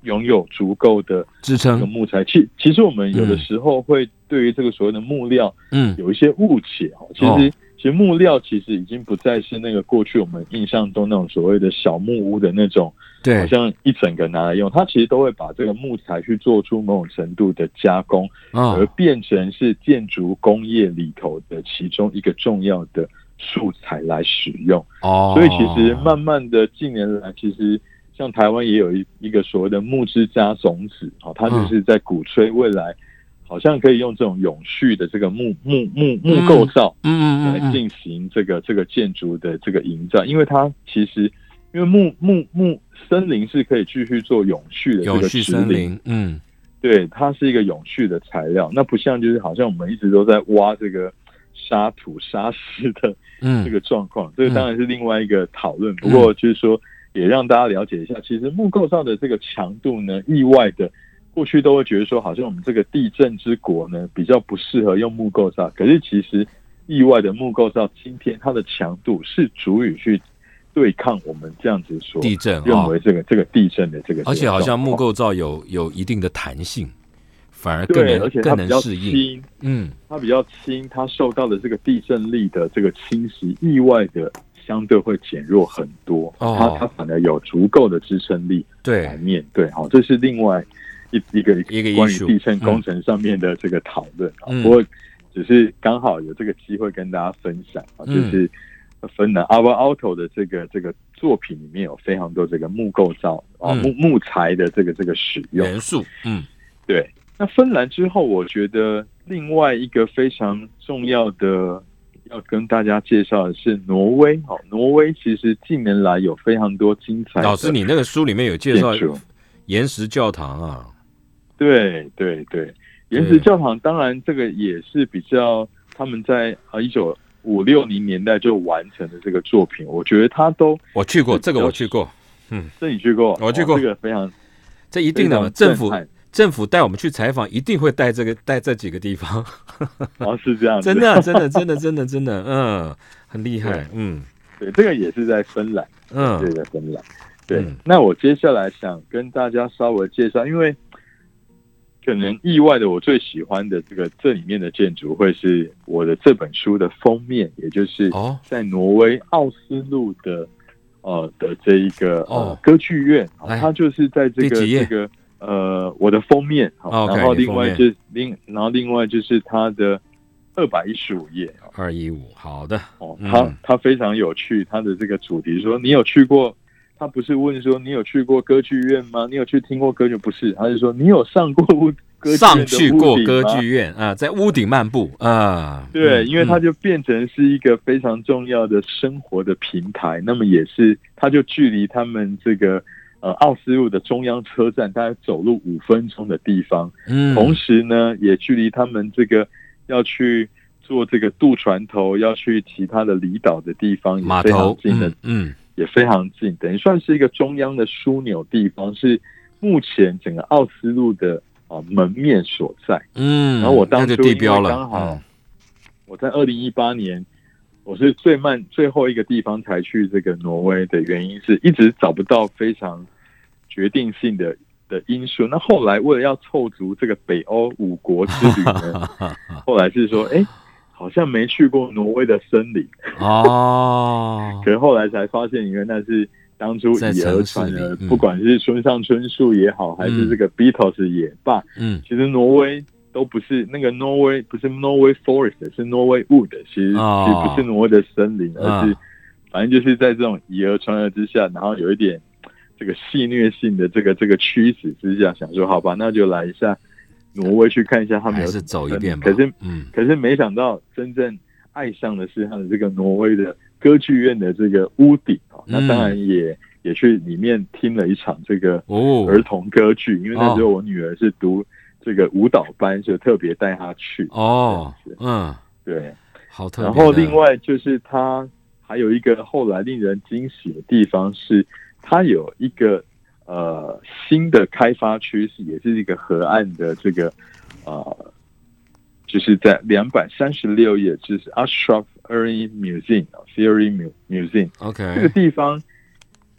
拥有足够的支这个撑。 木材。其其实我们有的时候会对于这个所谓的木料， 嗯， 有一些误解哦。其实、哦、其实木料其实已经不再是那个过去我们印象中那种所谓的小木屋的那种， 对， 好像一整个拿来用。它其实都会把这个木材去做出某种程度的加工， 哦、 而变成是建筑工业里头的其中一个重要的素材来使用。 哦， 所以其实慢慢的近年来，其实像台湾也有一一个所谓的木之家种子，它就是在鼓吹未来好像可以用这种永续的这个木木木木构造，嗯，来进行这个这个建筑的这个营造，因为它其实因为木木木森林是可以继续做永续的这个植林， 嗯， 对，它是一个永续的材料，那不像就是好像我们一直都在挖这个沙土沙石的这个状况，这个当然是另外一个讨论。不过就是说，也让大家了解一下，其实木构造的这个强度呢，意外的过去都会觉得说，好像我们这个地震之国呢，比较不适合用木构造。可是其实意外的木构造，今天它的强度是足以去对抗我们这样子说地震认为这个、哦、这个地震的这个， 而且好像木构造有有一定的弹性。反而更能对，而且它比较轻， 嗯，它比较轻，它受到的这个地震力的这个侵袭，意外的相对会减弱很多。哦，它它反而有足够的支撑力来面对。好，这是另外一一个一个关于地震工程上面的这个讨论。嗯，不过只是刚好有这个机会跟大家分享啊，就是芬兰 Ava Aalto 的这个这个作品里面有非常多这个木构造啊、嗯、木木材的这个这个使用元素。嗯， 对。那芬兰之后，我觉得另外一个非常重要的要跟大家介绍的是挪威。好，挪威其实近年来有非常多精彩的。 老师，你那个书里面有介绍岩石教堂啊？ 对对对，岩石教堂当然这个也是比较他们在啊一九五六零年代就完成的这个作品，我觉得他都我去过这个，我去过，嗯， 这你去过， 我去过， 哦、这个非常这一定的嘛，政府。政府带我们去采访，一定会带这个带这几个地方。 哦，是这样子， 真的，真的，真的，真的，真的，嗯，很厉害，嗯， 对，这个也是在芬兰， 嗯， 这个芬兰，对。嗯、那我接下来想跟大家稍微介绍，因为可能意外的，我最喜欢的这个这里面的建筑会是我的这本书的封面，也就是在挪威奥斯陆的呃的这一个呃歌剧院，它就是在这个这个。呃，我的封面， 好， okay, 然后另外就另，然后另外就是它的二百一十五页， 二一五，好的， 哦，它、嗯、它非常有趣，它的这个主题说，你有去过？他不是问说你有去过歌剧院吗？你有去听过歌剧？不是，他是说你有上过屋歌剧院的上去过歌剧院啊，在屋顶漫步啊， 对，嗯、因为它就变成是一个非常重要的生活的平台，那么也是，它就距离他们这个。呃，奥斯陆的中央车站大概走路五分钟的地方，嗯，同时呢，也距离他们这个要去做这个渡船头，要去其他的离岛的地方也非常近的， 嗯，嗯也非常近，等于算是一个中央的枢纽地方，是目前整个奥斯陆的啊、呃、门面所在， 嗯， 然后我当初地标了， 刚好、嗯、我在二零一八年。我是最慢最后一个地方才去这个挪威的原因是一直找不到非常决定性的的因素。那后来为了要凑足这个北欧五国之旅呢，后来是说，哎、欸，好像没去过挪威的森林哦。 可是后来才发现，因为那是当初以讹传讹，不管是村上春树也好，还是这个 Beatles 也罢，嗯，其实挪威。都不是那个挪威，不是 Norway Forest， 是 Norway Wood， 其实、哦、其实不是挪威的森林，而是、嗯、反正就是在这种以讹传讹之下，然后有一点这个戏谑性的这个这个驱使之下，想说好吧，那就来一下挪威去看一下他们有什么， 还是走一遍吧。 可是，嗯，可是没想到真正爱上的是他的这个挪威的歌剧院的这个屋顶、哦嗯、那当然也也去里面听了一场这个儿童歌剧，因为那时候我女儿是读。这个舞蹈班就特别带他去哦，嗯， 对， 好特别。 然后另外就是他还有一个后来令人惊喜的地方是，他有一个呃新的开发区，是也是一个河岸的这个呃，就是在两百三十六页，就是 Ashraff Early Museum Theory Museum。OK， 这个地方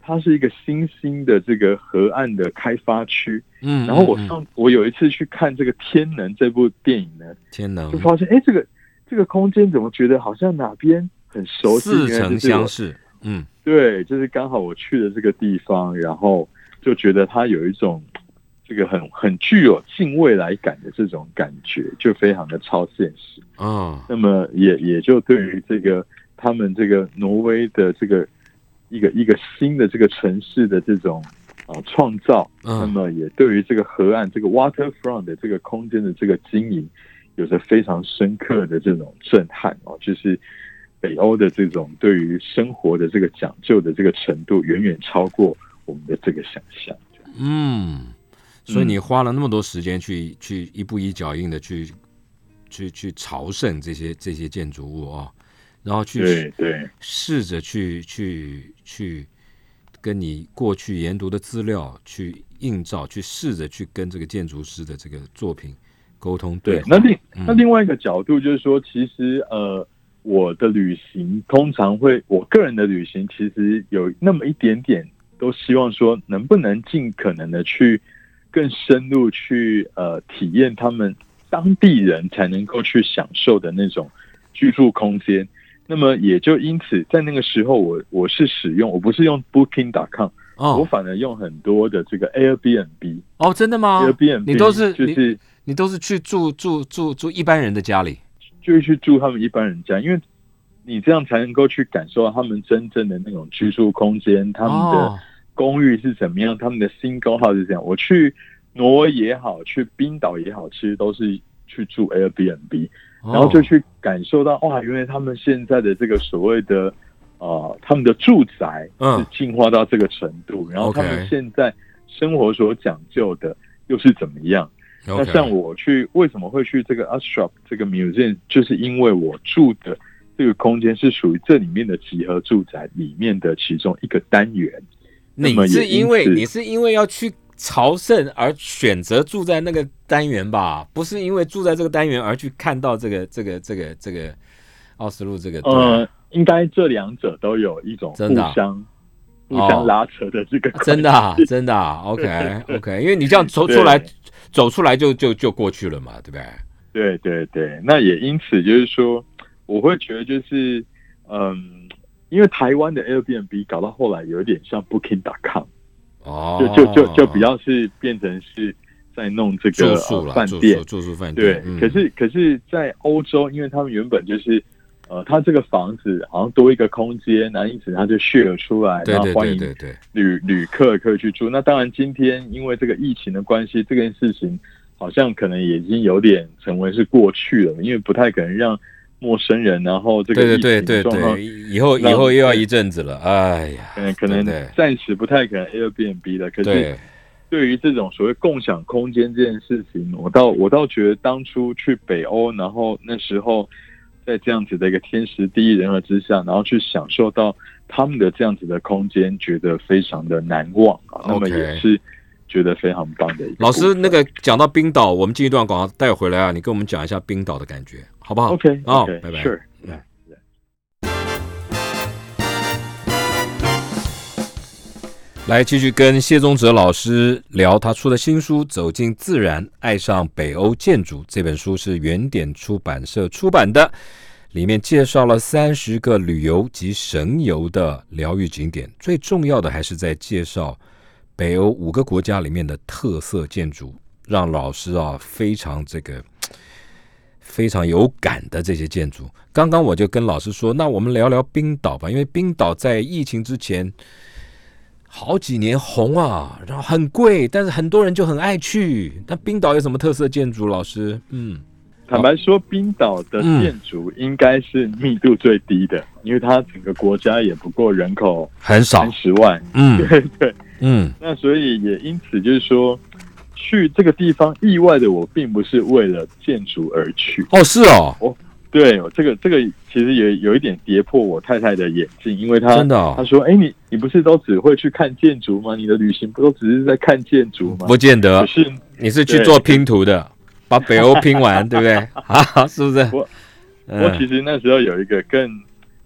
它是一个新兴的这个河岸的开发区。 嗯， 然后我上、嗯、我有一次去看这个《天能》这部电影呢， 天能就发现哎，这个这个空间怎么觉得好像哪边很熟悉， 似曾相识。嗯， 对，就是刚好我去的这个地方，然后就觉得它有一种这个很很具有近未来感的这种感觉，就非常的超现实。 哦， 那么也也就对于这个他们这个挪威的这个一个一个新的这个城市的这种啊创造， 嗯， 那么也对于这个河岸这个 waterfront 的这个空间的这个经营，有着非常深刻的这种震撼哦，就是北欧的这种对于生活的这个讲究的这个程度，远远超过我们的这个想象。 嗯，所以你花了那么多时间去去一步一脚印的去去去朝圣这些这些建筑物哦，然后去对对试着去去去跟你过去研读的资料去映照，去试着去跟这个建筑师的这个作品沟通对话。 对，那另、 嗯、 那另外一个角度就是说，其实呃。我的旅行通常会，我个人的旅行其实有那么一点点，都希望说能不能尽可能的去更深入去呃体验他们当地人才能够去享受的那种居住空间。那么也就因此，在那个时候我我是使用，我不是用 Booking 点 com，哦、我反而用很多的这个 Airbnb。 哦，真的吗 ？Airbnb 你都是就是你, 你都是去住住住住一般人的家里。 就会去住他们一般人家，因为你这样才能够去感受到他们真正的那种居住空间，他们的公寓是怎么样，他们的single house是怎样。我去挪威也好，去冰岛也好，其实都是去住 Airbnb，、哦、然后就去感受到哇，原来他们现在的这个所谓的呃，他们的住宅是进化到这个程度，嗯、然后他们现在生活所讲究的又是怎么样。 Okay. 那像我去为什么会去这个 Astrup 这个 museum， 就是因为我住的这个空间是属于这里面的集合住宅里面的其中一个单元。 你是因为你是因为要去朝圣而选择住在那个单元吧？不是因为住在这个单元而去看到这个这个这个这个奥斯陆这个。 呃，应该这两者都有一种互相。互相拉扯的这个、 哦、真的、啊、真的、啊、OK OK， 因为你这样走出来走出来就就就过去了嘛，对不对？ 对对对，那也因此就是说，我会觉得就是嗯，因为台湾的 Airbnb 搞到后来有点像 Booking 点 com， 哦， 就就就就比较是变成是在弄这个住宿了、 呃、饭店住宿饭店。 对，嗯、可是可是在欧洲，因为他们原本就是。呃，他这个房子好像多一个空间，然后因此他就 share 出来，然后欢迎旅旅客可以去住。那当然，今天因为这个疫情的关系，这件事情好像可能已经有点成为是过去了，因为不太可能让陌生人，然后这个疫情的状况， 以后以后又要一阵子了，哎呀， 可能可能暂时不太可能 Airbnb 了。可是对于这种所谓共享空间这件事情，我倒我倒觉得当初去北欧，然后那时候。在这样子的一个天时地利人和之下，然后去享受到他们的这样子的空间，觉得非常的难忘啊。Okay. 那么也是觉得非常棒的一个。 老师，那个讲到冰岛，我们进一段广告，待会回来啊，你跟我们讲一下冰岛的感觉，好不好 ？OK， 好、 okay, 拜拜。 Sure. 来继续跟谢宗哲老师聊他出的新书《走进自然，爱上北欧建筑》。这本书是原点出版社出版的，里面介绍了三十个旅游及神游的疗愈景点，最重要的还是在介绍北欧五个国家里面的特色建筑，让老师啊非常这个非常有感的这些建筑。刚刚我就跟老师说，那我们聊聊冰岛吧，因为冰岛在疫情之前好几年红啊，然后很贵，但是很多人就很爱去。那冰岛有什么特色建筑？老师，嗯， 坦白说，冰岛的建筑应该是密度最低的，因为它整个国家也不过人口很少， 三十万。 嗯， 对对， 嗯， 那所以也因此就是说，去这个地方，意外的我并不是为了建筑而去。 哦，是哦， 哦，对，这个这个其实也有一点跌破我太太的眼镜，因为她真的、哦， 她说：“哎，你你不是都只会去看建筑吗？你的旅行不都只是在看建筑吗？” 不见得， 可是你是去做拼图的，把北欧拼完，对不对？啊，是不是？ 我我其实那时候有一个更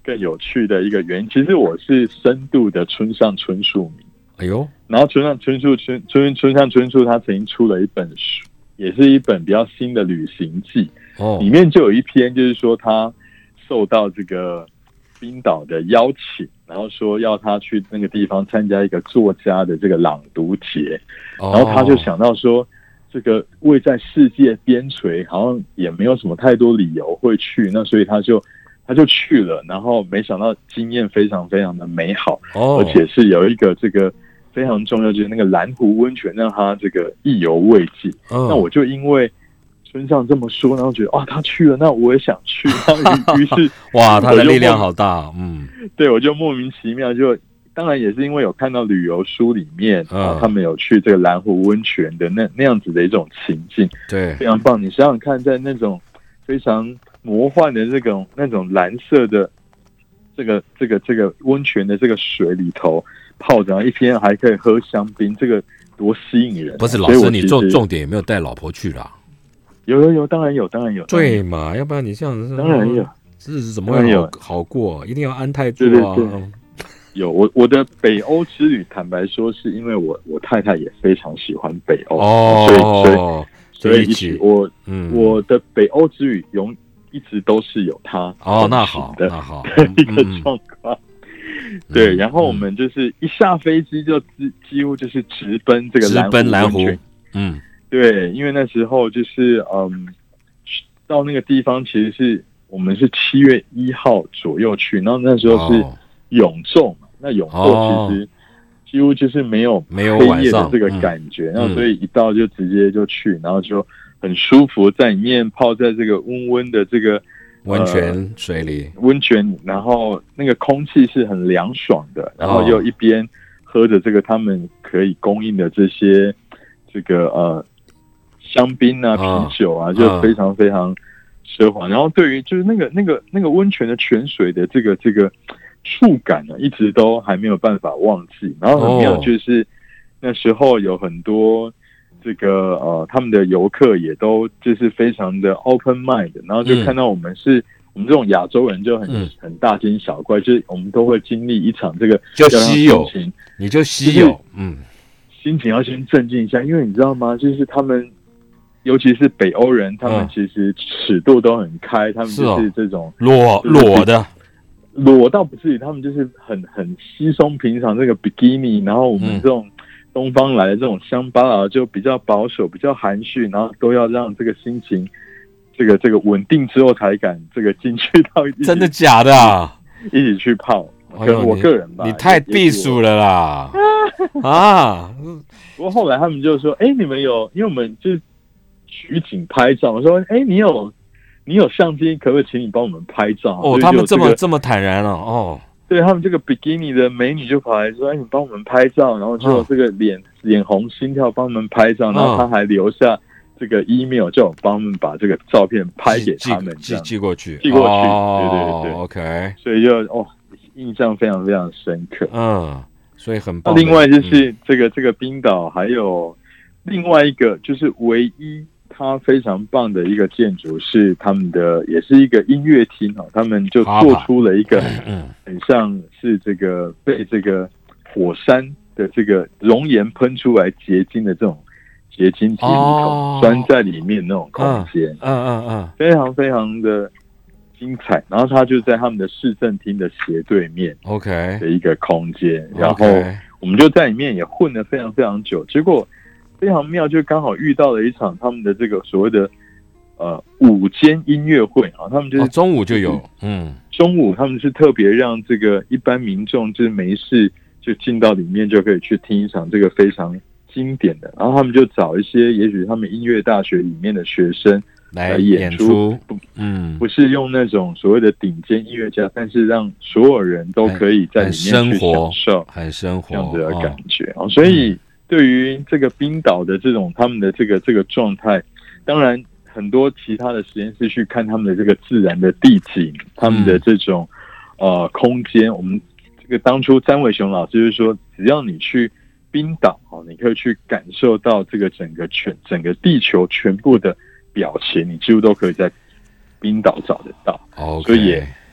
更有趣的一个原因。其实我是深度的村上春树迷， 哎呦， 然后村上春树村村村上春树他曾经出了一本书，也是一本比较新的旅行记， 哦， 里面就有一篇就是说他受到这个冰岛的邀请，然后说要他去那个地方参加一个作家的这个朗读节， 哦、 然后他就想到说，这个位在世界边陲，好像也没有什么太多理由会去，那所以他就他就去了，然后没想到经验非常非常的美好， 哦、 而且是有一个这个非常重要，就是那个蓝湖温泉让他这个意犹未尽。 哦、 那我就因为村上这么说，然后觉得啊，他去了，那我也想去。于是， 哇，他的力量好大，嗯， 对，我就莫名其妙就，当然也是因为有看到旅游书里面、 嗯、 啊，他们有去这个蓝湖温泉的那那样子的一种情境， 对， 非常棒。你想想看，在那种非常魔幻的这种那种蓝色的这个这个这个温泉的这个水里头泡着，一边还可以喝香槟，这个多吸引人、啊！ 不是老师，你重重点有没有带老婆去啦？ 有有有，当然有，当然有。 对嘛，要不然你这样子， 当然有， 日子怎么会好好过？一定要安泰做啊！ 对对对，有我我的北欧之旅，坦白说，是因为我我太太也非常喜欢北欧， 哦， 所以所以所以一起我嗯我的北欧之旅永一直都是有她哦，那好那好一个状况。嗯、对，然后我们就是一下飞机就几几乎就是直奔这个直奔蓝湖， 嗯。对，因为那时候就是嗯，到那个地方其实是我们是七月一号左右去，然后那时候是永昼嘛，那永昼其实几乎就是没有没有黑夜的这个感觉， 嗯、 然后所以一到就直接就去，然后就很舒服，在里面泡在这个温温的这个温泉水里， 呃、温泉，然后那个空气是很凉爽的，然后又一边喝着这个他们可以供应的这些这个呃。香槟啊，啤酒啊，就非常非常奢华。然后对于就是那个那个那个温泉的泉水的这个这个触感呢、啊，一直都还没有办法忘记。然后很妙就是那时候有很多这个呃他们的游客也都就是非常的 open mind， 然后就看到我们是、嗯、我们这种亚洲人就很、嗯、很大惊小怪，就是我们都会经历一场这个就稀有，你就稀有，嗯， 心情要先镇静一下，因为你知道吗？就是他们。尤其是北欧人，他们其实尺度都很开，嗯、他们就是这种裸裸的， 裸倒不至于，他们就是很很稀松平常这个比基尼，然后我们这种东方来的这种乡巴佬就比较保守，比较含蓄，然后都要让这个心情这个这个稳定之后才敢这个进去到一起， 真的假的啊？ 一起去泡，可能我个人吧， 你太避暑了啦啊！ 不过后来他们就说，哎、欸，你们有，因为我们就是。取景拍照，我说：“哎、欸，你有你有相机，可不可以请你帮我们拍照？” 哦，他们这么这么坦然啊！哦， 对他们这个比基尼的美女就跑来说：“哎、欸，你帮我们拍照。”然后就这个脸、哦、脸红心跳帮我们拍照，然后他还留下这个 email 叫我帮我们把这个照片拍给他们， 寄寄过去， 寄过去， 哦、 对对对 ，OK， 所以就哦，印象非常非常深刻。 嗯，所以很棒。 另外就是这个、嗯、这个冰岛还有另外一个就是唯一。它非常棒的一个建筑是他们的，也是一个音乐厅哦。他们就做出了一个很像是这个被这个火山的这个熔岩喷出来结晶的这种结晶体里头，钻、哦、在里面那种空间， 嗯嗯嗯， 非常非常的精彩。然后它就在他们的市政厅的斜对面 ，OK 的一个空间。Okay. 然后我们就在里面也混了非常非常久，结果。非常妙，就刚好遇到了一场他们的这个所谓的呃午间音乐会啊，他们就是、 哦、中午就有，嗯， 中午他们是特别让这个一般民众就是没事就进到里面就可以去听一场这个非常经典的，然后他们就找一些也许他们音乐大学里面的学生来演出，不，嗯，不是用那种所谓的顶尖音乐家，但是让所有人都可以在里面去享受很生活这样子的感觉啊、哦，所以。对于这个冰岛的这种他们的这个这个状态，当然很多其他的实验室去看他们的这个自然的地景，他们的这种呃空间。我们这个当初詹伟雄老师就是说，只要你去冰岛哦，你可以去感受到这个整个全整个地球全部的表情，你几乎都可以在冰岛找得到。 Okay. 所以也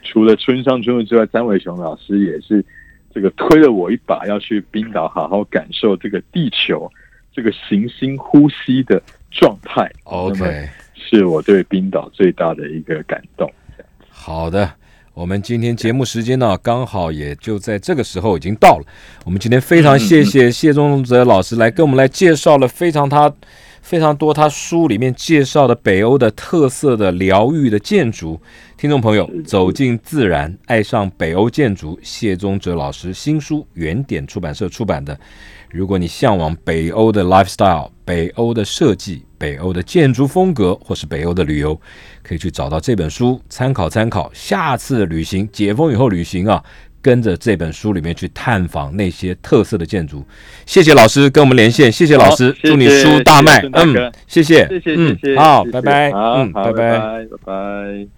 除了村上春树之外，詹伟雄老师也是这个推了我一把，要去冰岛好好感受这个地球这个行星呼吸的状态。 OK， 是我对冰岛最大的一个感动。 好的。我们今天节目时间呢，刚好也就在这个时候已经到了。我们今天非常谢谢谢宗哲老师来跟我们来介绍了非常他非常多他书里面介绍的北欧的特色的疗愈的建筑。听众朋友，走进自然，爱上北欧建筑，谢宗哲老师新书，原点出版社出版的。如果你向往北欧的 lifestyle、北欧的设计、北欧的建筑风格，或是北欧的旅游，可以去找到这本书参考参考。下次旅行解封以后旅行啊，跟着这本书里面去探访那些特色的建筑。谢谢老师跟我们连线，谢谢老师，祝你书大卖。嗯，谢谢， 谢谢，谢谢， 嗯，好， 谢谢拜拜， 好， 嗯， 好拜拜， 拜拜，拜拜。